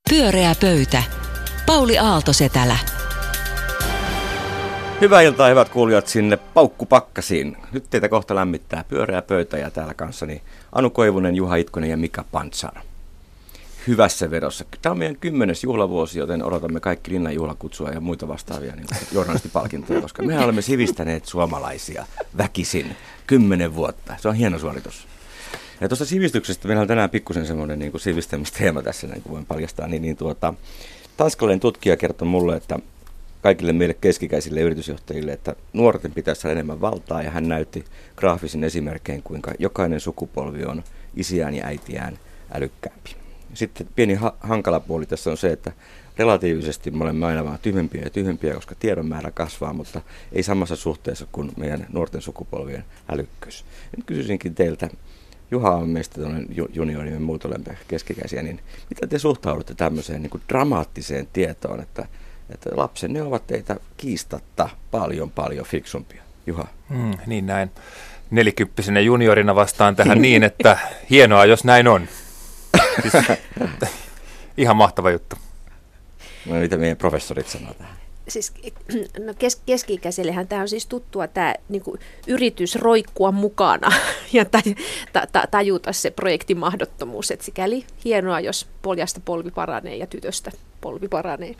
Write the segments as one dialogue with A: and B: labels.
A: Pyöreä pöytä. Pauli Aalto-Setälä.
B: Hyvää iltaa, hyvät kuulijat, sinne paukkupakkasiin. Nyt teitä kohta lämmittää pyöreä pöytä ja täällä kanssani Anu Koivunen, Juha Itkonen ja Mika Pantsar. Hyvässä vedossa. Tämä on meidän 10. juhlavuosi, joten odotamme kaikki Linnan juhlakutsua ja muita vastaavia niin journalistipalkintoja, koska mehän olemme sivistäneet suomalaisia väkisin 10 vuotta. Se on hieno suoritus. Ja tuosta sivistyksestä meillä on tänään pikkusen semmoinen niin kuin sivistämisteema tässä, niin kuin voin paljastaa. Tanskalainen tutkija kertoi mulle, että kaikille meille keskikäisille yritysjohtajille, että nuorten pitäisi saada enemmän valtaa, ja hän näytti graafisin esimerkkein, kuinka jokainen sukupolvi on isiään ja äitiään älykkäämpi. Sitten pieni hankala puoli tässä on se, että relatiivisesti me olemme aina vaan tyhmempiä ja tyhmempiä, koska tiedon määrä kasvaa, mutta ei samassa suhteessa kuin meidän nuorten sukupolvien älykkyys. Nyt kysyisinkin teiltä, Juha on meistä juniori, me muut olemme keskikäisiä, niin miten te suhtaudutte tämmöiseen niin kuin dramaattiseen tietoon, että lapsenne ovat teitä kiistatta paljon fiksumpia? Juha.
C: Niin näin. 40-vuotiaana juniorina vastaan tähän niin, että hienoa, jos näin on. Siis, ihan mahtava juttu.
B: No, mitä meidän professorit sanoo tähän?
D: Siis, no keski-ikäisellehän tämä on siis tuttua, tämä niin kuin yritys roikkua mukana ja tajuta se projektin mahdottomuus. Et sikäli hienoa, jos poljasta polvi paranee ja tytöstä polvi paranee.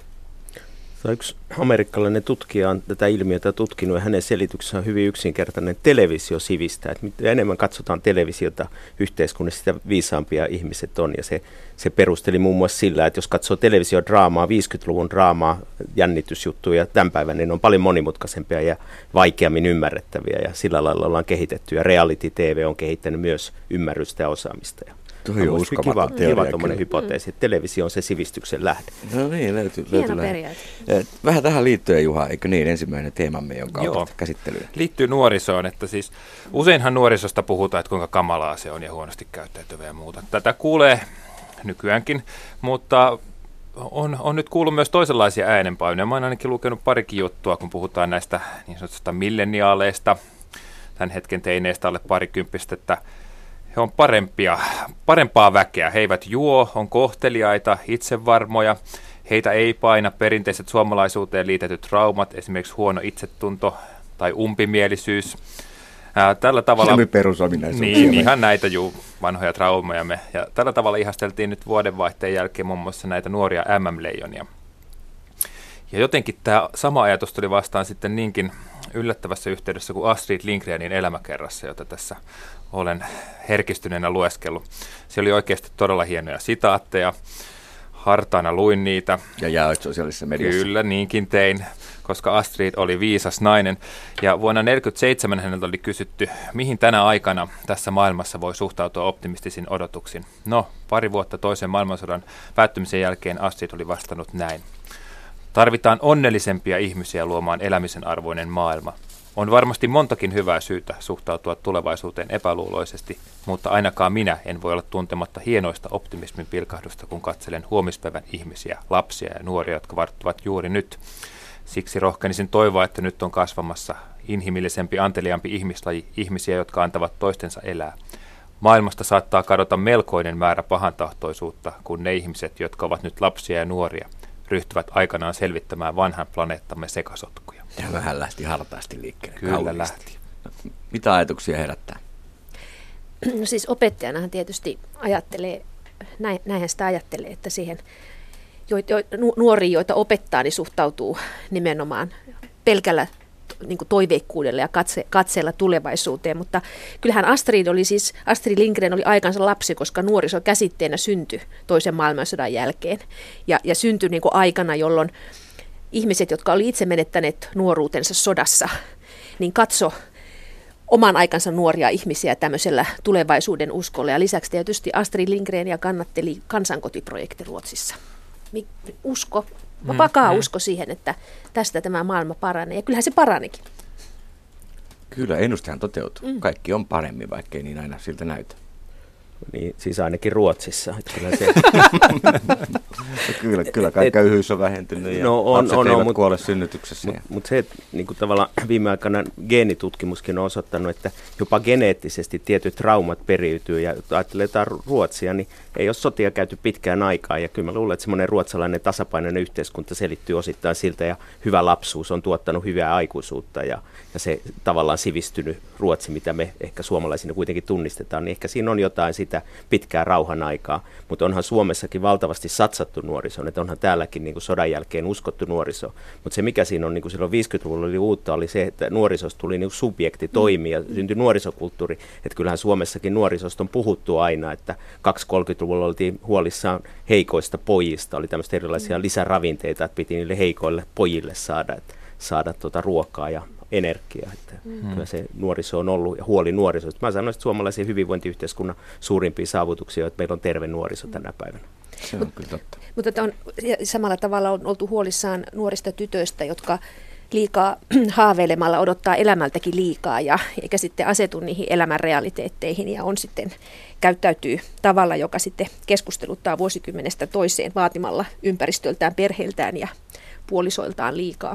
E: Yksi amerikkalainen tutkija on tätä ilmiötä tutkinut ja hänen selityksensä on hyvin yksinkertainen. Televisio sivistää. Että mitä enemmän katsotaan televisiota yhteiskunnassa, sitä viisaampia ihmiset on. Ja se perusteli muun muassa sillä, että jos katsoo televisiodraamaa, 50-luvun draamaa, jännitysjuttuja, tämän päivän, niin ne on paljon monimutkaisempia ja vaikeammin ymmärrettäviä. Ja sillä lailla ollaan kehitetty. Ja reality TV on kehittänyt myös ymmärrystä ja osaamista.
B: Tuo on uskomaton
E: kiva tuommoinen hypoteesi, että televisio on se sivistyksen lähde.
B: No niin, löytyy
D: periaate.
B: Vähän tähän liittyen, Juha, eikö niin, ensimmäinen teemamme, jonka otat käsittelyyn?
C: Liittyy nuorisoon, että siis useinhan nuorisosta puhutaan, että kuinka kamalaa se on ja huonosti käyttäytyvä ja muuta. Tätä kuulee nykyäänkin, mutta on nyt kuullut myös toisenlaisia äänenpainoja. Mä oon ainakin lukenut parikin juttua, kun puhutaan näistä niin sanotusta milleniaaleista, tämän hetken teineistä alle parikymppistä, että he on parempaa väkeä. He eivät juo, on kohteliaita, itsevarmoja. Heitä ei paina perinteiset suomalaisuuteen liitetyt traumat, esimerkiksi huono itsetunto tai umpimielisyys. Tällä tavalla niin, ihan näitä vanhoja traumajamme. Ja tällä tavalla ihasteltiin nyt vuodenvaihteen jälkeen muun muassa näitä nuoria MM-leijonia. Ja jotenkin tämä sama ajatus tuli vastaan sitten niinkin yllättävässä yhteydessä kuin Astrid Lindgrenin elämäkerrassa, jota tässä olen herkistyneenä lueskellut. Se oli oikeasti todella hienoja sitaatteja. Hartaana luin niitä.
B: Ja jaoit sosiaalisessa mediassa.
C: Kyllä, niinkin tein, koska Astrid oli viisas nainen. Ja vuonna 1947 häneltä oli kysytty, mihin tänä aikana tässä maailmassa voi suhtautua optimistisin odotuksin. No, pari vuotta toisen maailmansodan päättymisen jälkeen Astrid oli vastannut näin. Tarvitaan onnellisempia ihmisiä luomaan elämisen arvoinen maailma. On varmasti montakin hyvää syytä suhtautua tulevaisuuteen epäluuloisesti, mutta ainakaan minä en voi olla tuntematta hienoista optimismin pilkahdusta, kun katselen huomispäivän ihmisiä, lapsia ja nuoria, jotka varttuvat juuri nyt. Siksi rohkenisin toivoa, että nyt on kasvamassa inhimillisempi, anteliaampi ihmislaji, ihmisiä, jotka antavat toistensa elää. Maailmasta saattaa kadota melkoinen määrä pahantahtoisuutta, kun ne ihmiset, jotka ovat nyt lapsia ja nuoria, ryhtyvät aikanaan selvittämään vanhan planeettamme sekasotkuja.
B: Ja vähän lähti hartaasti liikkeelle.
C: Kyllä kauniisti lähti.
B: Mitä ajatuksia herättää?
D: No siis opettajanahan tietysti ajattelee, näinhän sitä ajattelee, että siihen nuoriin, joita opettaa, niin suhtautuu nimenomaan pelkällä niin kuin toiveikkuudella ja katseella tulevaisuuteen, mutta kyllähän Astrid Lindgren oli aikansa lapsi, koska nuoriso käsitteenä syntyi toisen maailmansodan jälkeen ja syntyi niin kuin aikana, jolloin ihmiset, jotka oli itse menettäneet nuoruutensa sodassa, niin katso oman aikansa nuoria ihmisiä tämmöisellä tulevaisuuden uskolla. Ja lisäksi tietysti Astrid Lindgrenia kannatteli kansankotiprojekti Ruotsissa. Vakaa usko siihen, että tästä tämä maailma paranee. Ja kyllähän se paranikin.
B: Kyllä, ennustehan toteutuu. Kaikki on paremmin, vaikkei niin aina siltä näytä.
E: Niin, siis ainakin Ruotsissa. Kyllä se.
B: Kyllä kai köyhyys on vähentynyt ja lapset eivät kuole synnytyksessä.
E: Mutta se, että niin tavallaan viime aikana geenitutkimuskin on osoittanut, että jopa geneettisesti tietyt traumat periytyy. Ja ajattelee jotain Ruotsia, niin ei ole sotia käyty pitkään aikaa. Ja kyllä mä luulen, että semmoinen ruotsalainen tasapainoinen yhteiskunta selittyy osittain siltä. Ja hyvä lapsuus on tuottanut hyvää aikuisuutta. Ja se tavallaan sivistynyt Ruotsi, mitä me ehkä suomalaisina kuitenkin tunnistetaan, niin ehkä siinä on jotain sitä pitkää rauhan aikaa. Mutta onhan Suomessakin valtavasti satsattu nuorisoon, että onhan täälläkin niin kuin sodan jälkeen uskottu nuoriso. Mutta se mikä siinä on niin kuin silloin 50-luvulla oli uutta, oli se, että nuorisosta tuli niin kuin subjekti toimia, syntyi nuorisokulttuuri. Että kyllähän Suomessakin nuorisosta on puhuttu aina, että 20-30-luvulla oltiin huolissaan heikoista pojista, oli tämmöistä erilaisia lisäravinteita, että piti niille heikoille pojille saada ruokaa ja energiaa. Että kyllä se nuoriso on ollut ja huoli nuorisosta. Mä sanoisin, että suomalaisen hyvinvointiyhteiskunnan suurimpia saavutuksia, että meillä on terve nuoriso tänä päivänä.
B: Se on kyllä totta.
D: Mutta samalla tavalla on oltu huolissaan nuorista tytöistä, jotka liikaa haaveilemalla odottaa elämältäkin liikaa eikä sitten asetu niihin elämän realiteetteihin ja on sitten käyttäytyy tavalla, joka sitten keskusteluttaa vuosikymmenestä toiseen vaatimalla ympäristöltään, perheiltään ja puolisoiltaan liikaa.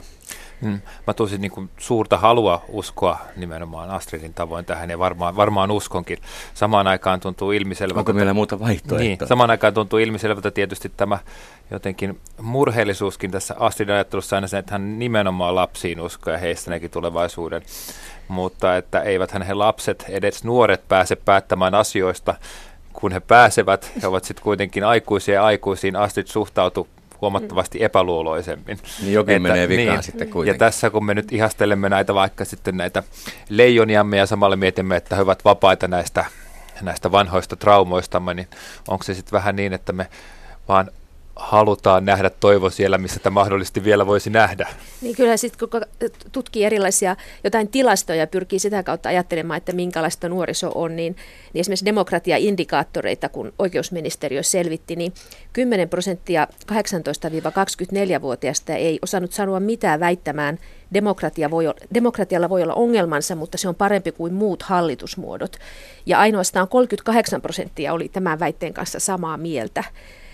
C: Mä tulisin niin kuin suurta halua uskoa nimenomaan Astridin tavoin tähän ja varmaan uskonkin. Samaan aikaan tuntuu ilmiselvältä.
B: Onko meillä muuta vaihtoehtoa?
C: Niin, samaan aikaan tuntuu ilmiselvältä tietysti tämä jotenkin murheellisuuskin tässä Astridin ajattelussa aina se, että hän nimenomaan lapsiin uskoo ja heistä näki tulevaisuuden. Mutta että eiväthän he lapset, edes nuoret pääse päättämään asioista, kun he pääsevät. He ovat sitten kuitenkin aikuisia ja aikuisiin Astrid suhtautuu huomattavasti epäluuloisemmin.
B: Niin jokin menee vikaan sitten kuitenkin.
C: Ja tässä kun me nyt ihastelemme vaikka sitten näitä leijoniamme ja samalla mietimme, että he ovat vapaita näistä vanhoista traumoistamme, niin onko se sitten vähän niin, että me vaan halutaan nähdä toivo siellä, missä sitä mahdollisesti vielä voisi nähdä.
D: Niin kyllä sitten kun tutkii erilaisia jotain tilastoja ja pyrkii sitä kautta ajattelemaan, että minkälaista nuoriso on, niin esimerkiksi demokratiaindikaattoreita, kun oikeusministeriö selvitti, niin 10% 18-24-vuotiaista ei osannut sanoa mitään väittämään. Demokratialla voi olla ongelmansa, mutta se on parempi kuin muut hallitusmuodot. Ja ainoastaan 38% oli tämän väitteen kanssa samaa mieltä.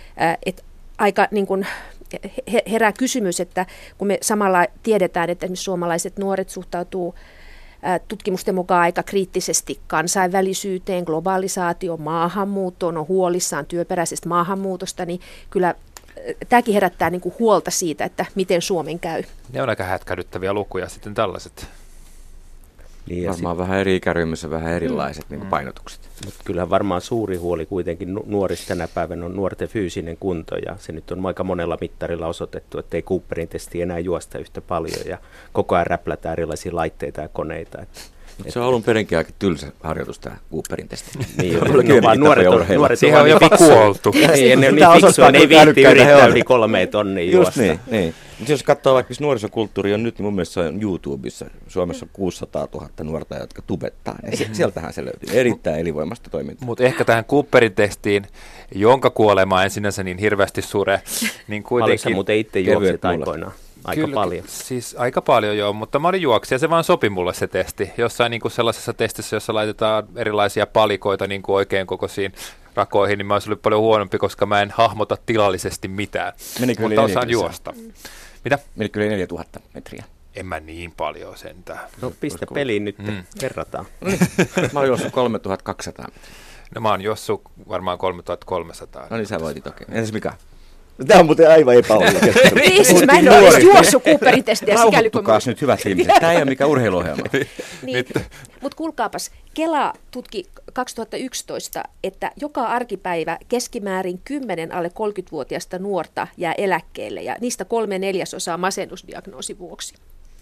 D: Aika niin kuin herää kysymys, että kun me samalla tiedetään, että esimerkiksi suomalaiset nuoret suhtautuu tutkimusten mukaan aika kriittisesti kansainvälisyyteen, globalisaatioon, maahanmuuttoon, on huolissaan työperäisestä maahanmuutosta, niin kyllä tämäkin herättää niin kuin huolta siitä, että miten Suomen käy.
C: Ne on aika hätkähdyttäviä lukuja sitten tällaiset.
B: Niin varmaan vähän eri ikäryhmissä vähän erilaiset niin kuin painotukset.
E: Mutta kyllähän varmaan suuri huoli kuitenkin nuorista tänä päivänä on nuorten fyysinen kunto, ja se nyt on aika monella mittarilla osoitettu, että ei Cooperin testi enää juosta yhtä paljon, ja koko ajan räplätään erilaisia laitteita ja koneita.
B: Se on alun perinkin aika tylsä harjoitus tämä Cooperin testi.
E: Niin, vaan nuoret
C: siihen on jopa kuoltu.
E: Niin, ne on niin fiksuja, ne ei viitti yrittää yli 3 tonnia juosta.
B: Just niin. Jos katsoo vaikka nuorisokulttuuri on nyt, niin mun mielestä se on YouTubessa. Suomessa on 600 000 nuorta, jotka tubettaa. Sieltähän se löytyy. Erittäin elinvoimasta toimintaa.
C: Mutta ehkä tähän Cooperin testiin, jonka kuolema en sinänsä niin hirveästi sure, niin kuitenkin...
E: Mutta itse juoksit aikoinaan. Aika
C: kyllä,
E: paljon.
C: Siis aika paljon joo, mutta mä olin juoksija, se vaan sopi mulle se testi. Jossain niin kuin sellaisessa testissä, jossa laitetaan erilaisia palikoita niin kuin oikein kokoisiin rakoihin, niin mä olisin ollut paljon huonompi, koska mä en hahmota tilallisesti mitään.
B: Menikö
C: mutta osaan juosta. Mitä?
B: Menikö yli 4000 metriä?
C: En mä niin paljon sentään.
E: No pistä peliin nyt, verrataan.
B: Mä oon juossut 3200 metriä.
C: No mä oon juossut varmaan 3300.
B: No niin sä voitit okei. Entäs Mika? Tämä on muuten aivan epäonninen.
D: Siis mä en ole edes juossut Cooperin testiä.
B: Rauhoittukaas nyt hyvät ihmiset. Tämä ei ole mikään urheiluohjelma.
D: Niin, mutta kuulkaapas, Kela tutki 2011, että joka arkipäivä keskimäärin 10 alle 30-vuotiaista nuorta jää eläkkeelle ja niistä 3/4 masennusdiagnoosin vuoksi.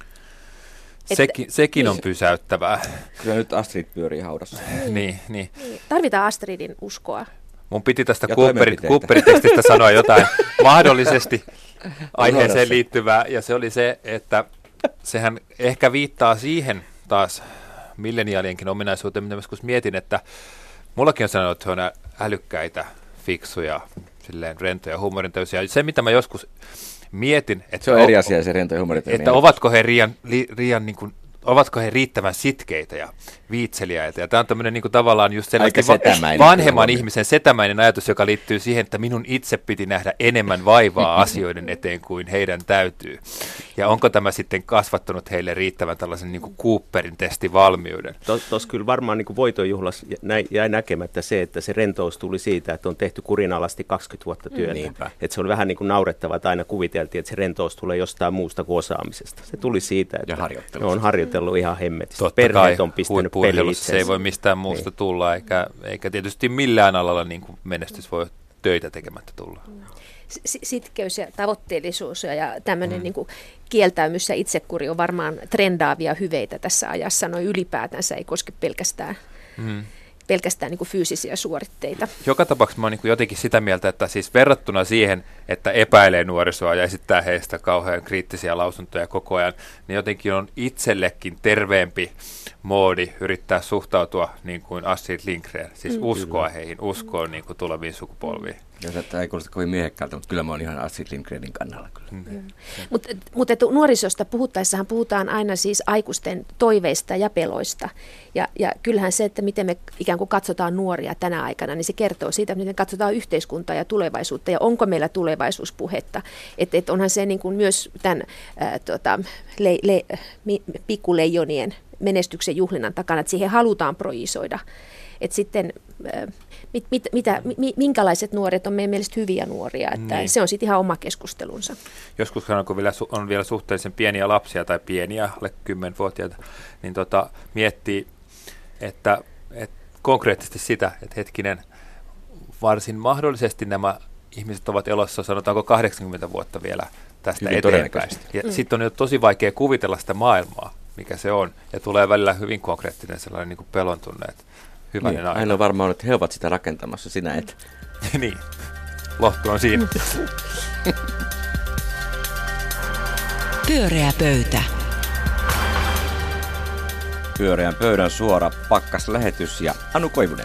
C: Sekin on pysäyttävää.
B: Kyllä nyt Astrid pyörii haudassa.
C: Niin.
D: Tarvitaan Astridin uskoa.
C: Mun piti tästä Cooperin-testistä sanoa jotain mahdollisesti aiheeseen liittyvää, ja se oli se, että sehän ehkä viittaa siihen taas milleniaalienkin ominaisuuteen, mitä joskus mietin, että mullakin on sanonut, että he on älykkäitä, fiksuja, silleen rentoja, huumorintäysiä. Se, mitä mä joskus mietin, että
B: se on eri asia, se rento ja huumorintäysiä.
C: Että ovatko he riian niin kuin ovatko he riittävän sitkeitä ja viitseliäitä. Ja tämä on tämmöinen niin kuin tavallaan just sellainen vanhemman ihmisen setämäinen ajatus, joka liittyy siihen, että minun itse piti nähdä enemmän vaivaa asioiden eteen kuin heidän täytyy. Ja onko tämä sitten kasvattanut heille riittävän tällaisen niin kuin Cooperin testivalmiuden?
E: Tuossa kyllä varmaan niin voitonjuhlassa jäi näkemättä se, että se rentous tuli siitä, että on tehty kurinalaisesti 20 vuotta työtä. Että se oli vähän niin kuin naurettavaa, että aina kuviteltiin, että se rentous tulee jostain muusta kuin osaamisesta. Se tuli siitä, että ne on harjoitellut ihan hemmetisti. Perheet on pistänyt peli itseensä.
C: Se ei voi mistään muusta tulla, eikä tietysti millään alalla niin kuin menestys voi töitä tekemättä tulla.
D: Sitkeys ja tavoitteellisuus ja tämmöinen niin kuin kieltäymys ja itsekuri on varmaan trendaavia hyveitä tässä ajassa. Noin ylipäätänsä ei koske pelkästään niin kuin fyysisiä suoritteita.
C: Joka tapauksessa mä oon niin kuin jotenkin sitä mieltä, että siis verrattuna siihen, että epäilee nuorisoa ja esittää heistä kauhean kriittisiä lausuntoja koko ajan, niin jotenkin on itsellekin terveempi moodi yrittää suhtautua niin kuin Astrid Lindgren, siis uskoa heihin, uskoa niin kuin tuleviin sukupolviin.
B: Ja tämä ei kuulosta kovin miehekkäältä, mutta kyllä mä oon ihan Astrid Lindgrenin kannalla.
D: Mutta nuorisosta puhuttaessahan puhutaan aina siis aikuisten toiveista ja peloista. Ja kyllähän se, että miten me ikään kuin katsotaan nuoria tänä aikana, niin se kertoo siitä, miten katsotaan yhteiskuntaa ja tulevaisuutta ja onko meillä tulevaisuuspuhetta. Että onhan se niin kuin myös tämän pikkuleijonien menestyksen juhlinnan takana, että siihen halutaan projisoida. Että sitten minkälaiset nuoret on meidän mielestä hyviä nuoria, että niin. Se on sitten ihan oma keskustelunsa.
C: Joskus kun on vielä suhteellisen pieniä lapsia tai pieniä, alle 10-vuotiaita, niin miettii, että konkreettisesti sitä, että hetkinen, varsin mahdollisesti nämä ihmiset ovat elossa, sanotaanko 80 vuotta vielä tästä hyvin eteenpäin. Ja sitten on jo tosi vaikea kuvitella sitä maailmaa, mikä se on, ja tulee välillä hyvin konkreettinen sellainen niin kuin pelon tunne, että hyvänen aina.
B: Aina varmaan, että he ovat sitä rakentamassa, sinä et.
C: Niin, lohtu on siinä.
A: Pyöreä pöytä.
B: Pyöreän pöydän suora pakkaslähetys ja Anu Koivunen.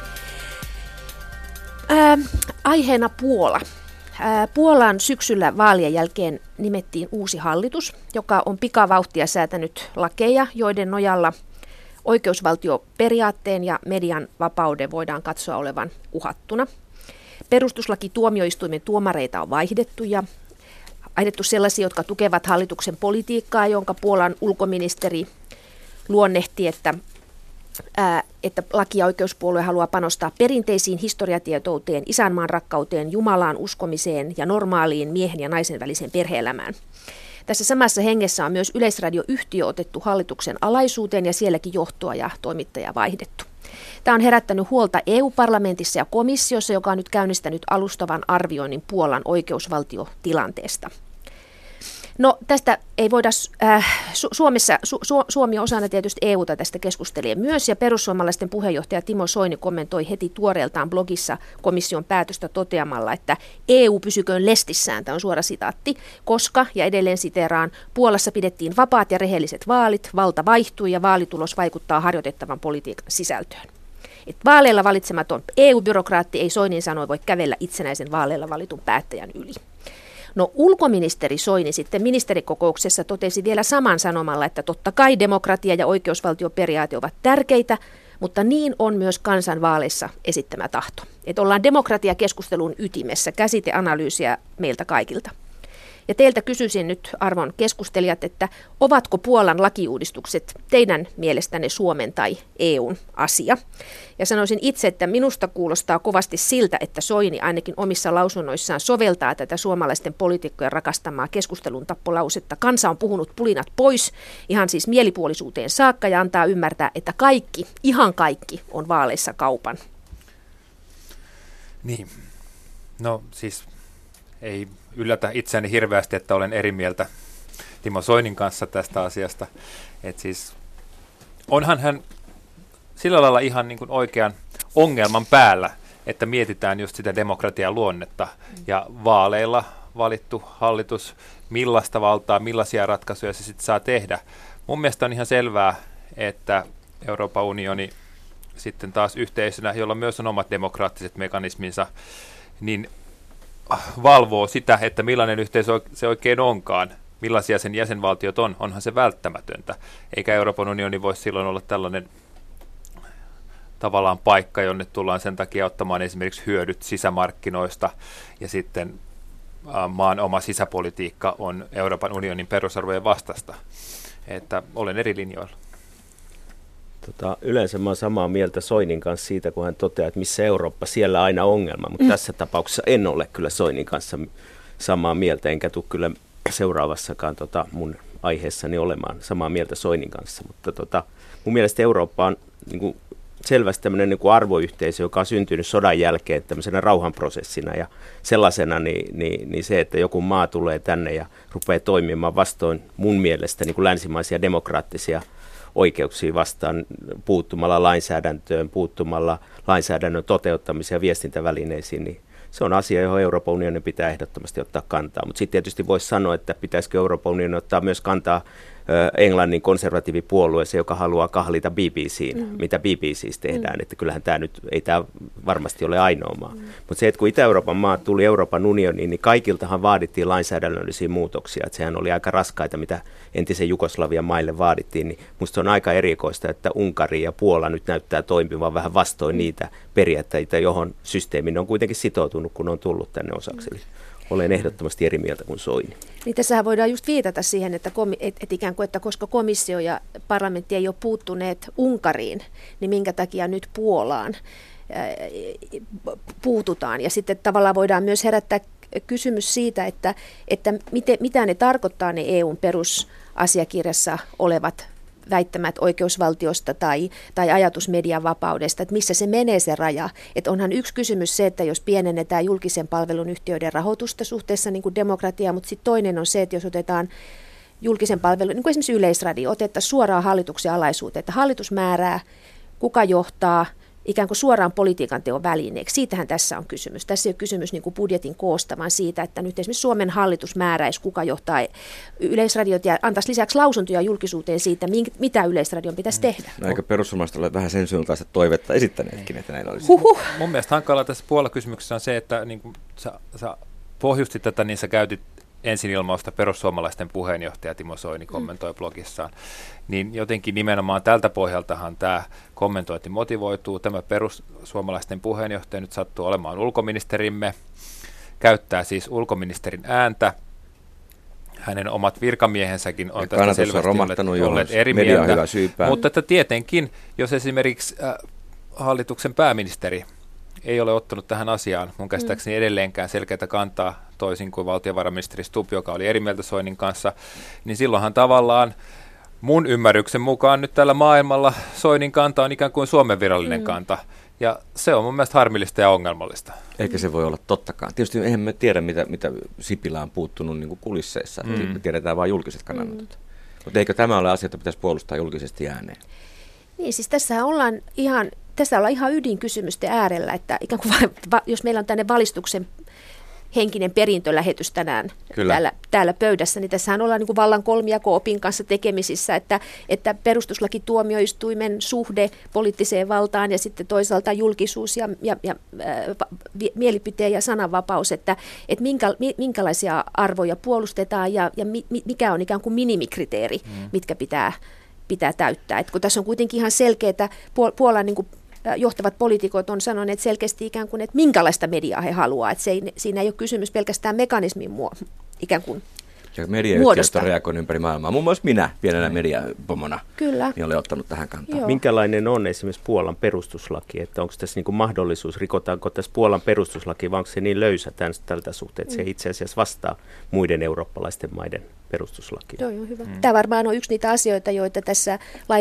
D: Aiheena Puola. Puolaan syksyllä vaalien jälkeen nimettiin uusi hallitus, joka on pikavauhtia säätänyt lakeja, joiden nojalla oikeusvaltioperiaatteen ja median vapauden voidaan katsoa olevan uhattuna. Perustuslakituomioistuimen tuomareita on vaihdettu sellaisia, jotka tukevat hallituksen politiikkaa, jonka Puolan ulkoministeri luonnehti, että laki- ja oikeuspuolue haluaa panostaa perinteisiin historiatietouteen, isänmaan rakkauteen, Jumalaan uskomiseen ja normaaliin miehen ja naisen väliseen perhe-elämään. Tässä samassa hengessä on myös yleisradioyhtiö otettu hallituksen alaisuuteen ja sielläkin johtoa ja toimittajaa vaihdettu. Tämä on herättänyt huolta EU-parlamentissa ja komissiossa, joka on nyt käynnistänyt alustavan arvioinnin Puolan oikeusvaltiotilanteesta. No tästä ei voida, Suomi on osana tietysti EUta tästä keskustelee myös, ja perussuomalaisten puheenjohtaja Timo Soini kommentoi heti tuoreeltaan blogissa komission päätöstä toteamalla, että EU pysyköön lestissään, tämä on suora sitaatti, koska, ja edelleen siteeraan, Puolassa pidettiin vapaat ja rehelliset vaalit, valta vaihtui ja vaalitulos vaikuttaa harjoitettavan politiikan sisältöön. Et vaaleilla valitsematon EU-byrokraatti ei Soinin sanoen voi kävellä itsenäisen vaaleilla valitun päättäjän yli. No ulkoministeri Soini sitten ministerikokouksessa totesi vielä saman sanomalla, että totta kai demokratia ja oikeusvaltioperiaate ovat tärkeitä, mutta niin on myös kansanvaaleissa esittämä tahto. Että ollaan demokratiakeskustelun ytimessä, käsiteanalyysiä meiltä kaikilta. Ja teiltä kysyisin nyt, arvon keskustelijat, että ovatko Puolan lakiuudistukset teidän mielestänne Suomen tai EUn asia? Ja sanoisin itse, että minusta kuulostaa kovasti siltä, että Soini ainakin omissa lausunnoissaan soveltaa tätä suomalaisten poliitikkojen rakastamaa keskustelun tappolausetta. Kansa on puhunut pulinat pois, ihan siis mielipuolisuuteen saakka, ja antaa ymmärtää, että kaikki, ihan kaikki on vaaleissa kaupan.
C: Niin, no siis ei yllätä itseäni hirveästi, että olen eri mieltä Timo Soinin kanssa tästä asiasta. Et siis onhan hän sillä lailla ihan niin kuin oikean ongelman päällä, että mietitään just sitä demokratian luonnetta ja vaaleilla valittu hallitus, millaista valtaa, millaisia ratkaisuja se sitten saa tehdä. Mun mielestä on ihan selvää, että Euroopan unioni sitten taas yhteisönä, jolla myös on omat demokraattiset mekanisminsa, niin valvoo sitä, että millainen yhteisö se oikein onkaan, millaisia sen jäsenvaltiot on, onhan se välttämätöntä. Eikä Euroopan unioni voi silloin olla tällainen tavallaan paikka, jonne tullaan sen takia ottamaan esimerkiksi hyödyt sisämarkkinoista ja sitten maan oma sisäpolitiikka on Euroopan unionin perusarvojen vastasta. Että olen eri linjoilla.
E: Yleensä mä oon samaa mieltä Soinin kanssa siitä, kun hän toteaa, että missä Eurooppa, siellä aina ongelma, mutta tässä tapauksessa en ole kyllä Soinin kanssa samaa mieltä, enkä tule kyllä seuraavassakaan mun aiheessani olemaan samaa mieltä Soinin kanssa, mutta mun mielestä Eurooppa on niin kuin selvästi tämmöinen niin kuin arvoyhteisö, joka on syntynyt sodan jälkeen tämmöisenä rauhanprosessina ja sellaisena niin se, että joku maa tulee tänne ja rupeaa toimimaan vastoin mun mielestä niin kuin länsimaisia demokraattisia oikeuksia vastaan puuttumalla lainsäädäntöön, puuttumalla lainsäädännön toteuttamiseen ja viestintävälineisiin, niin se on asia, johon Euroopan unionin pitää ehdottomasti ottaa kantaa. Mutta sitten tietysti voisi sanoa, että pitäisikö Euroopan unionin ottaa myös kantaa Englannin konservatiivipuolueeseen, joka haluaa kahlita BBC:n, mitä BBC:ssä tehdään. Että kyllähän tämä nyt, ei tämä varmasti ole ainoa maa. Mutta se, että kun Itä-Euroopan maat tuli Euroopan unioniin, niin kaikiltahan vaadittiin lainsäädännöllisiä muutoksia. Että sehän oli aika raskaita, mitä entisen Jugoslavian maille vaadittiin. Niin musta on aika erikoista, että Unkari ja Puola nyt näyttää toimivan vähän vastoin niitä periaatteita, johon systeemin on kuitenkin sitoutunut, kun on tullut tänne osaksi. Olen ehdottomasti eri mieltä kuin Soini.
D: Niin tässähän voidaan just viitata siihen, että ikään kuin, että koska komissio ja parlamentti ei ole puuttuneet Unkariin, niin minkä takia nyt Puolaan puututaan. Ja sitten tavallaan voidaan myös herättää kysymys siitä, että mitä ne tarkoittaa ne EUn perusasiakirjassa olevat väittämät oikeusvaltiosta tai ajatus median vapaudesta, että missä se menee se raja. Että onhan yksi kysymys se, että jos pienennetään julkisen palvelun yhtiöiden rahoitusta suhteessa niin kuin demokratiaa, mutta sitten toinen on se, että jos otetaan julkisen palvelun, niin kuin esimerkiksi Yleisradio, otettaisiin suoraan hallituksen alaisuuteen, että hallitus määrää, kuka johtaa, ikään kuin suoraan politiikan teon välineeksi. Siitähän tässä on kysymys. Tässä ei ole kysymys niin kuin budjetin koosta, vaan siitä, että nyt esimerkiksi Suomen hallitus määräisi, kuka johtaa Yleisradiot ja antaisi lisäksi lausuntoja julkisuuteen siitä, mitä Yleisradion pitäisi tehdä.
B: No, eikö perussuomalaiset ole vähän sen suuntaista toivetta esittäneetkin, että näin olisi?
C: Mun mielestä hankalaa tässä Puola-kysymyksessä on se, että niin kuin sä pohjustit tätä, niin sä käytit ensin ilmausta perussuomalaisten puheenjohtaja Timo Soini kommentoi blogissaan, niin jotenkin nimenomaan tältä pohjaltahan tämä kommentointi motivoituu. Tämä perussuomalaisten puheenjohtaja nyt sattuu olemaan ulkoministerimme, käyttää siis ulkoministerin ääntä. Hänen omat virkamiehensäkin on tästä selvästi olleet eri mieltä, mutta että tietenkin, jos esimerkiksi hallituksen pääministeri ei ole ottanut tähän asiaan mun käsittääkseni edelleenkään selkeätä kantaa, toisin kuin valtiovarainministeri Stubb, joka oli eri mieltä Soinin kanssa, niin silloinhan tavallaan mun ymmärryksen mukaan nyt tällä maailmalla Soinin kanta on ikään kuin Suomen virallinen kanta, ja se on mun mielestä harmillista ja ongelmallista.
B: Eikä se voi olla tottakaan. Tietysti eihän me tiedä, mitä Sipilä on puuttunut niin kuin kulisseissa, me tiedetään vain julkiset kannanotot. Mutta eikö tämä ole asia, että pitäisi puolustaa julkisesti ääneen?
D: Niin, siis tässä ollaan ihan ydinkysymysten äärellä, että ikään kuin jos meillä on tänne valistuksen henkinen perintölähetys tänään täällä pöydässä, niin tässähän ollaan niin kuin vallan kolmijako-opin kanssa tekemisissä, että perustuslakituomioistuimen suhde poliittiseen valtaan ja sitten toisaalta julkisuus ja mielipiteen ja sananvapaus, että minkälaisia arvoja puolustetaan ja mikä on ikään kuin minimikriteeri, mitkä pitää täyttää. Et kun tässä on kuitenkin ihan selkeä, että Puolan niin kuin johtavat poliitikot on sanoneet selkeästi ikään kuin, että minkälaista mediaa he haluaa. Että siinä ei ole kysymys pelkästään mekanismin ikään kuin
B: ja mediayhtiöt on reagoinut ympäri maailmaa. Muun muassa minä pienenä mediapomona niin olen ottanut tähän kantaa.
E: Joo. Minkälainen on esimerkiksi Puolan perustuslaki? Että onko tässä niin kuin mahdollisuus, rikotaanko tässä Puolan perustuslaki, vai onko se niin löysä tältä suhteen, että se itse asiassa vastaa muiden eurooppalaisten maiden perustuslakia?
D: Joo, hyvä. Tämä varmaan on yksi niitä asioita, joita tässä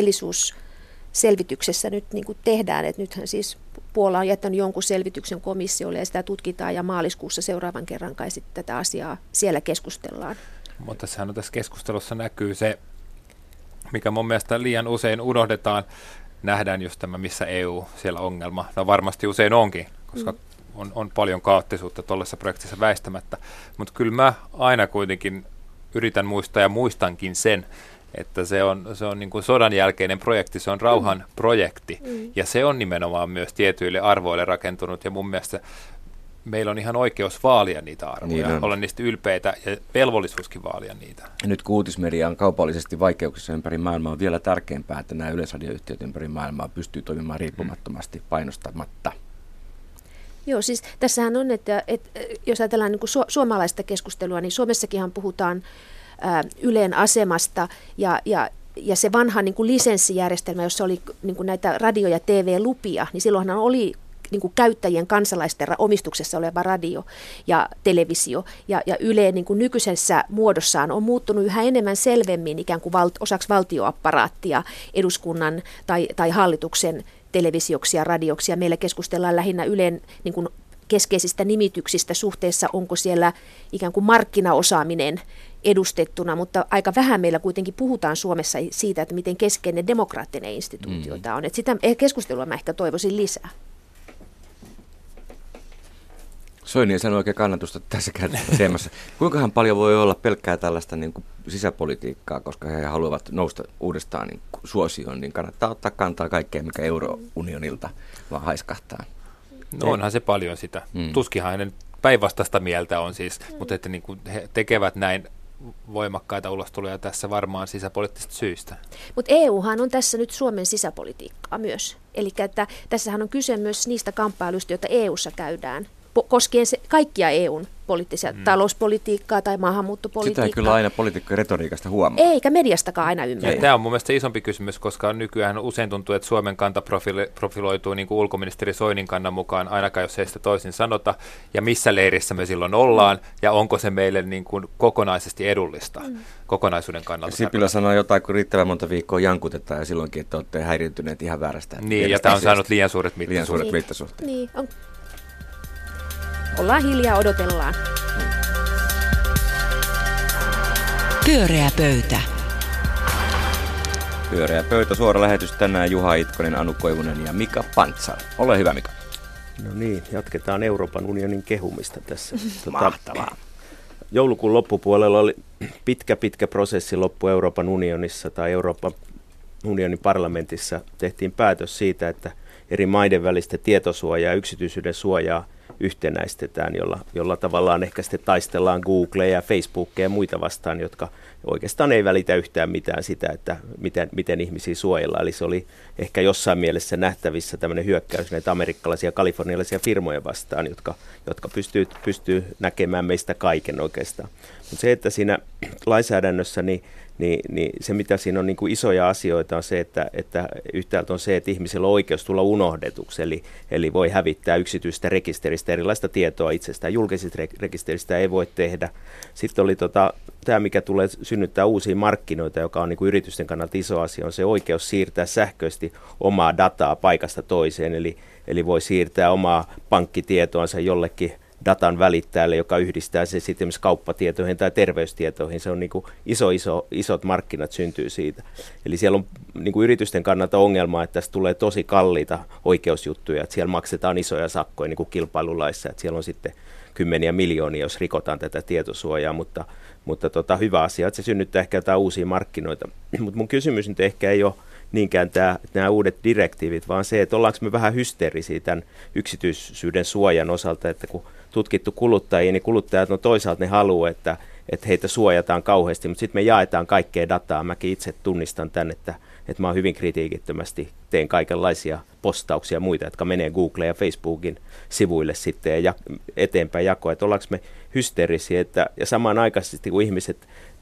D: laillisuusselvityksessä nyt niin kuin tehdään. Että nythän siis Puola on jättänyt jonkun selvityksen komissiolle ja sitä tutkitaan ja maaliskuussa seuraavan kerran kai sitten tätä asiaa siellä keskustellaan.
C: Mutta tässä keskustelussa näkyy se, mikä mun mielestä liian usein unohdetaan, nähdään just tämä, missä EU siellä ongelma. No varmasti usein onkin, koska on paljon kaoottisuutta tuollaisessa projektissa väistämättä, mutta kyllä mä aina kuitenkin yritän muistaa ja muistankin sen, että se on niin kuin sodan jälkeinen projekti, se on rauhan projekti ja se on nimenomaan myös tietyille arvoille rakentunut ja mun mielestä meillä on ihan oikeus vaalia niitä arvoja,
B: Niin
C: olla niistä ylpeitä ja velvollisuuskin vaalia niitä.
B: Nyt kun uutismedia on kaupallisesti vaikeuksissa ympäri maailmaa, on vielä tärkeämpää, että nämä yleisradioyhtiöt ympäri maailmaa pystyy toimimaan riippumattomasti painostamatta. Joo,
D: siis tässähän on, että jos ajatellaan niin kuin suomalaista keskustelua, niin Suomessakinhan puhutaan Ylen asemasta ja se vanha niin kuin lisenssijärjestelmä, jossa oli niin kuin näitä radio- ja TV-lupia, niin silloinhan oli niin kuin käyttäjien kansalaisten omistuksessa oleva radio ja televisio. Ja Yle niin kuin nykyisessä muodossaan on muuttunut yhä enemmän selvemmin ikään kuin osaksi valtioapparaattia, eduskunnan tai hallituksen televisioksi ja radioksi. Ja meillä keskustellaan lähinnä Ylen niin kuin keskeisistä nimityksistä suhteessa, onko siellä ikään kuin markkinaosaaminen edustettuna, mutta aika vähän meillä kuitenkin puhutaan Suomessa siitä, että miten keskeinen demokraattinen instituutio tämä on. Että sitä keskustelua mä ehkä toivoisin lisää.
B: Soini ei sano oikein kannatusta tässäkään teemassa. Kuinkahan paljon voi olla pelkkää tällaista niin kuin sisäpolitiikkaa, koska he haluavat nousta uudestaan niin kuin suosioon, niin kannattaa ottaa kantaa kaikkea, mikä Euro-unionilta vaan haiskahtaa.
C: No onhan se paljon sitä. Tuskinhan hänen päinvastaista mieltä on siis, mutta että niin kuin he tekevät näin voimakkaita ulostuloja tässä varmaan sisäpoliittisista syistä. Mutta
D: EUhan on tässä nyt Suomen sisäpolitiikkaa myös. Eli että tässähän on kyse myös niistä kamppailuista, joita EUssa käydään, koskien kaikkia EUn poliittisia talouspolitiikkaa tai maahanmuuttopolitiikkaa.
B: Sitä ei kyllä aina poliitikkojen retoriikasta huomaa.
D: Eikä mediastakaan aina ymmärrä.
C: Tämä on mun mielestä isompi kysymys, koska nykyään usein tuntuu, että Suomen kanta profiloituu niin kuin ulkoministeri Soinin kannan mukaan, ainakaan jos ei sitä toisin sanota, ja missä leirissä me silloin ollaan, ja onko se meille niin kuin kokonaisesti edullista kokonaisuuden kannalta.
B: Sipilä sanoo jotain, kun riittävän monta viikkoa jankutetaan, ja silloinkin, että olette häiriintyneet ihan väärästä.
C: Niin, ja tämä on saanut liian suuret mittasuhteet.
D: Niin, on. Ollaan hiljaa, odotellaan.
A: Pyöreä pöytä.
B: Pyöreä pöytä, suora lähetys tänään Juha Itkonen, Anu Koivunen ja Mika Pantsar. Ole hyvä, Mika.
E: No niin, jatketaan Euroopan unionin kehumista tässä.
B: Mahtavaa.
E: Joulukuun loppupuolella oli pitkä prosessi loppu Euroopan unionissa tai Euroopan unionin parlamentissa. Tehtiin päätös siitä, että eri maiden välistä tietosuojaa ja yksityisyyden suojaa yhtenäistetään, jolla tavallaan ehkä sitten taistellaan Googlea ja Facebookia ja muita vastaan, jotka oikeastaan ei välitä yhtään mitään sitä, että miten ihmisiä suojellaan. Eli se oli ehkä jossain mielessä nähtävissä tämmöinen hyökkäys näitä amerikkalaisia kalifornialaisia firmoja vastaan, jotka pystyy näkemään meistä kaiken oikeastaan. Mutta se, että siinä lainsäädännössä niin se, mitä siinä on niin kuin isoja asioita, on se, että yhtäältä on se, että ihmisillä on oikeus tulla unohdetuksi, eli voi hävittää yksityistä rekisteristä erilaista tietoa itsestään. Julkisista rekisteristä ei voi tehdä. Sitten oli tämä, mikä tulee synnyttää uusia markkinoita, joka on niin kuin yritysten kannalta iso asia, on se oikeus siirtää sähköisesti omaa dataa paikasta toiseen, eli voi siirtää omaa pankkitietoansa jollekin datan välittäjälle, joka yhdistää se sitten esimerkiksi kauppatietoihin tai terveystietoihin. Se on niin kuin isot markkinat syntyy siitä. Eli siellä on niin kuin yritysten kannalta ongelma, että tästä tulee tosi kalliita oikeusjuttuja, että siellä maksetaan isoja sakkoja niin kuin kilpailulaissa, että siellä on sitten kymmeniä miljoonia, jos rikotaan tätä tietosuojaa, mutta hyvä asia, että se synnyttää ehkä jotain uusia markkinoita. Mutta mun kysymys nyt ehkä ei ole niinkään nämä uudet direktiivit, vaan se, että ollaanko me vähän hysteerisiä tämän yksityisyyden suojan osalta, että kun tutkittu kuluttajia, niin kuluttajat toisaalta ne haluaa, että heitä suojataan kauheasti, mutta sitten me jaetaan kaikkea dataa. Mäkin itse tunnistan tämän, että mä oon hyvin kritiikittömästi teen kaikenlaisia postauksia ja muita, jotka menee Google ja Facebookin sivuille sitten ja eteenpäin jakoa, että ollaanko me hysteerisiä, ja samanaikaisesti kun ihmiset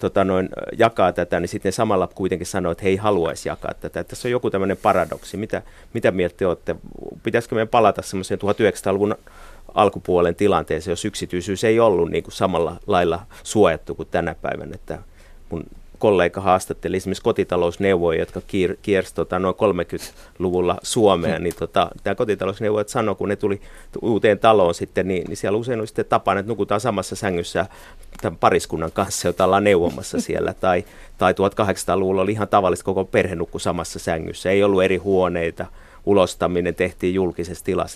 E: jakaa tätä, niin sitten samalla kuitenkin sanoo, että he ei haluaisi jakaa tätä. Tässä on joku tämmöinen paradoksi. Mitä mieltä te olette? Pitäisikö meidän palata semmoiseen 1900-luvun alkupuolen tilanteeseen, jos yksityisyys ei ollut niin kuin samalla lailla suojattu kuin tänä päivänä, että mun kollega haastatteli esimerkiksi kotitalousneuvoja, jotka kiersi noin 30-luvulla Suomea, niin tämä kotitalousneuvojat sanoi, kun ne tuli uuteen taloon sitten, niin siellä usein oli sitten tapana, että nukutaan samassa sängyssä tämän pariskunnan kanssa, jota ollaan neuvomassa siellä, tai 1800-luvulla oli ihan tavallista, koko perhe nukkui samassa sängyssä, ei ollut eri huoneita, ulostaminen tehtiin julkisessa tilassa.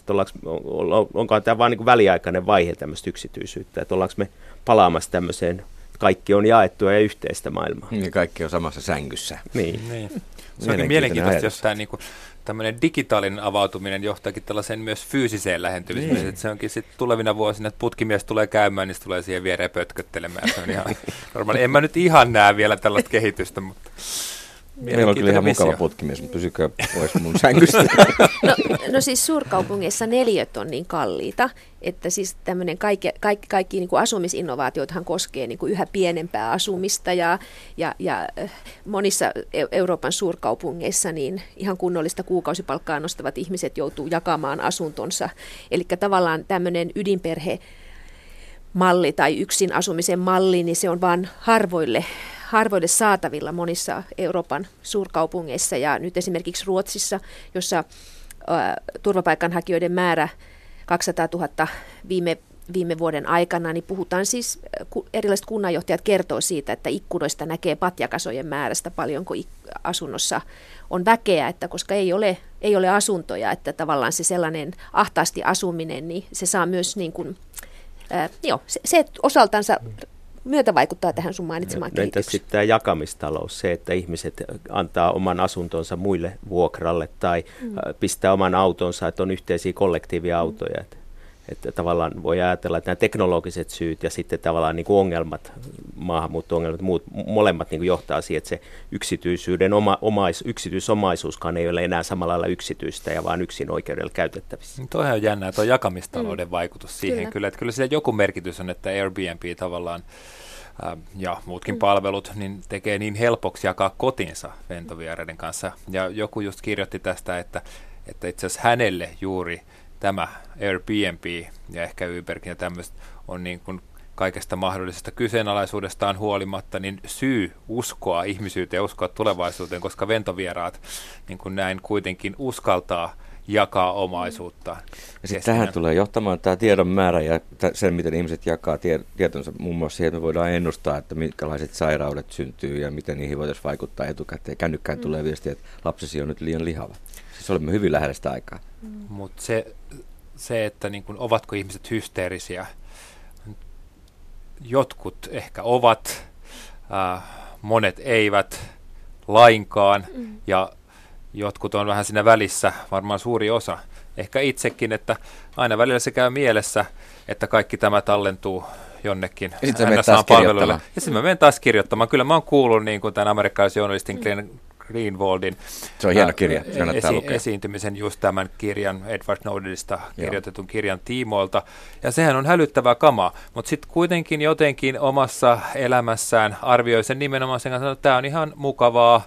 E: Onko tämä vain niin väliaikainen vaihe tämmöistä yksityisyyttä, että ollaanko me palaamassa tämmöiseen, kaikki on jaettua ja yhteistä maailmaa.
B: Niin kaikki on samassa sängyssä.
E: Niin.
C: Se onkin mielenkiintoista, jos tämä, niin kuin, tämmöinen digitaalinen avautuminen johtaakin tällaiseen myös fyysiseen lähentymiseen. Että se onkin sitten tulevina vuosina, että putkimies tulee käymään, niin se tulee siihen viereen pötköttelemään. Se on ihan normaali. En mä nyt ihan näe vielä tällaista kehitystä, mutta
B: meillä on kyllä ihan mukava putkimies, mutta pysykää pois mun sängystä.
D: No siis suurkaupungeissa neliöt on niin kalliita, että siis tämmöinen kaikki niin kuin asumisinnovaatiothan koskee niin kuin yhä pienempää asumista ja monissa Euroopan suurkaupungeissa niin ihan kunnollista kuukausipalkkaa nostavat ihmiset joutuu jakamaan asuntonsa. Eli tavallaan tämmöinen ydinperhemalli tai yksin asumisen malli, niin se on vaan harvoille saatavilla monissa Euroopan suurkaupungeissa ja nyt esimerkiksi Ruotsissa, jossa turvapaikanhakijoiden määrä 200 000 viime vuoden aikana, niin puhutaan siis, erilaiset kunnanjohtajat kertoo siitä, että ikkunoista näkee patjakasojen määrästä paljonko asunnossa on väkeä, että koska ei ole asuntoja, että tavallaan se sellainen ahtaasti asuminen, niin se saa myös niin kuin, se osaltansa myötä vaikuttaa tähän sun mainitsemaan kehitykseen.
E: Entäs sitten tämä jakamistalous, se, että ihmiset antaa oman asuntonsa muille vuokralle tai pistää oman autonsa, että on yhteisiä kollektiiviautoja. Että tavallaan voi ajatella, että nämä teknologiset syyt ja sitten tavallaan niin kuin ongelmat, maahanmuutto-ongelmat, muut, molemmat niin kuin johtaa siihen, että se yksityisomaisuuskaan ei ole enää samalla lailla yksityistä ja vaan yksin oikeudella käytettävissä.
C: Toihan on jännää, tuo jakamistalouden vaikutus siihen kyllä, että kyllä sillä joku merkitys on, että Airbnb tavallaan ja muutkin palvelut niin tekee niin helpoksi jakaa kotinsa ventovieraiden kanssa. Ja joku just kirjoitti tästä, että itse asiassa hänelle juuri tämä Airbnb ja ehkä Uberkin ja tämmöistä on niin kuin kaikesta mahdollisesta kyseenalaisuudestaan huolimatta niin syy uskoa ihmisyyteen ja uskoa tulevaisuuteen, koska ventovieraat niin kuin näin kuitenkin uskaltaa jakaa omaisuutta.
B: Ja sitten tähän tulee johtamaan tämä tiedon määrä ja sen, miten ihmiset jakaa tietonsa muun muassa siihen, että me voidaan ennustaa, että minkälaiset sairaudet syntyy ja miten niihin voitaisiin vaikuttaa etukäteen. Kännykkään tulee viestiä, että lapsesi on nyt liian lihava. Siis olemme hyvin lähellä sitä aikaa.
C: Mutta se, että niin kun, ovatko ihmiset hysteerisiä, jotkut ehkä ovat, monet eivät lainkaan ja jotkut on vähän siinä välissä, varmaan suuri osa. Ehkä itsekin, että aina välillä se käy mielessä, että kaikki tämä tallentuu jonnekin
B: palveluille.
C: Ja sitten mä menen taas kirjoittamaan. Kyllä mä oon kuullut niin kuin tämän amerikkalaisen journalistin Greenwaldin
B: se on hieno kirja,
C: esiintymisen just tämän kirjan, Edward Snowdenista kirjoitetun kirjan tiimoilta. Ja sehän on hälyttävää kamaa, mutta sitten kuitenkin jotenkin omassa elämässään arvioi sen nimenomaan sen kanssa, että tämä on ihan mukavaa,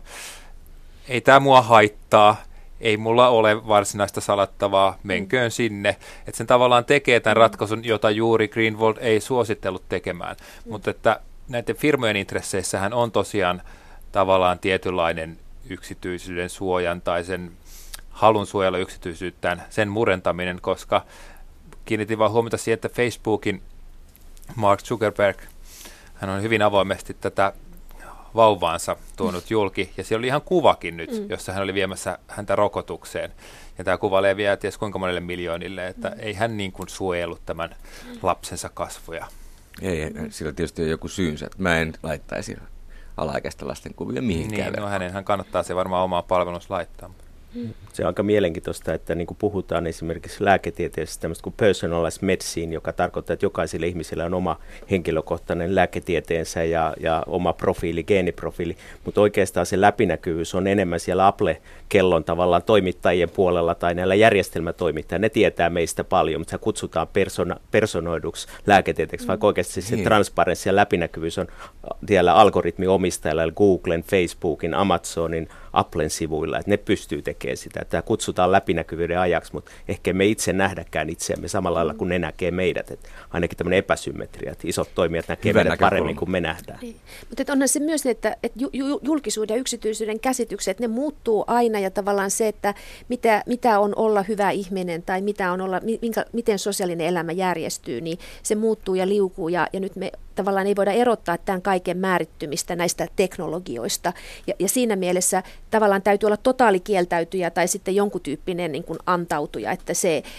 C: ei tämä mua haittaa, ei mulla ole varsinaista salattavaa, menköön sinne. Että sen tavallaan tekee tämän ratkaisun, jota juuri Greenwald ei suositellut tekemään. Mutta että näiden firmojen intresseissähän on tosiaan tavallaan tietynlainen yksityisyyden suojan tai sen halun suojella yksityisyyttään, sen murentaminen, koska kiinnitin vaan huomiota siihen, että Facebookin Mark Zuckerberg, hän on hyvin avoimesti tätä vauvaansa tuonut julki, ja siellä oli ihan kuvakin nyt, jossa hän oli viemässä häntä rokotukseen. Ja tämä kuva leviää ties kuinka monelle miljoonille, että ei hän niin kuin suojellut tämän lapsensa kasvoja.
B: Ei, sillä tietysti on joku syynsä, että mä en laittaisi alaikäistä lasten kuvia mihinkään.
C: Niin, no hän kannattaa se varmaan omaa palvelunsa laittaa.
E: Se on aika mielenkiintoista, että niin kuin puhutaan esimerkiksi lääketieteessä tämmöistä kuin personalized medicine, joka tarkoittaa, että jokaiselle ihmiselle on oma henkilökohtainen lääketieteensä ja oma profiili, geeniprofiili, mutta oikeastaan se läpinäkyvyys on enemmän siellä Apple-kellon tavallaan toimittajien puolella tai näillä järjestelmätoimittajilla. Ne tietää meistä paljon, mutta se kutsutaan personoiduksi lääketieteeksi, vaikka oikeasti se transparenssi ja läpinäkyvyys on siellä algoritmiomistajilla, eli Googlen, Facebookin, Amazonin, Applen sivuilla, että ne pystyy tekemään sitä. Tämä kutsutaan läpinäkyvyyden ajaksi, mutta ehkä me itse nähdäkään itseämme samalla lailla kuin ne näkee meidät. Että ainakin tämmöinen epäsymmetria, että isot toimijat näkee meidät paremmin kuin me nähdään.
D: Mutta onhan se myös, että julkisuuden ja yksityisyyden käsitykset, ne muuttuu aina ja tavallaan se, että mitä on olla hyvä ihminen tai miten sosiaalinen elämä järjestyy, niin se muuttuu ja liukuu ja nyt me tavallaan ei voida erottaa tämän kaiken määrittymistä näistä teknologioista. Ja siinä mielessä tavallaan täytyy olla totaalikieltäytyjä tai sitten jonkun tyyppinen niin kuin antautuja, että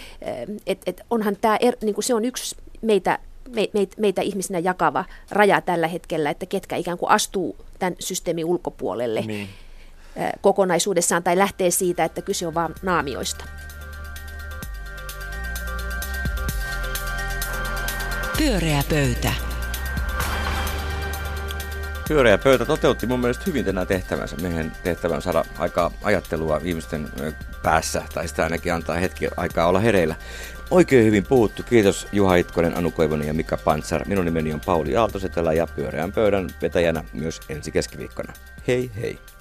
D: onhan tämä, niin kuin se on yksi meitä ihmisinä jakava raja tällä hetkellä, että ketkä ikään kuin astuu tämän systeemin ulkopuolelle. Niin. kokonaisuudessaan tai lähtee siitä, että kyse on vain naamioista.
A: Pyöreä pöytä.
B: Pyöreä pöytä toteutti mun mielestä hyvin tänään tehtävänsä. Meidän tehtävä on saada aikaa ajattelua ihmisten päässä, tai sitä ainakin antaa hetki aikaa olla hereillä. Oikein hyvin puhuttu. Kiitos Juha Itkonen, Anu Koivunen ja Mika Pantsar. Minun nimeni on Pauli Aaltosetälä ja pyöreän pöydän vetäjänä myös ensi keskiviikkona. Hei hei!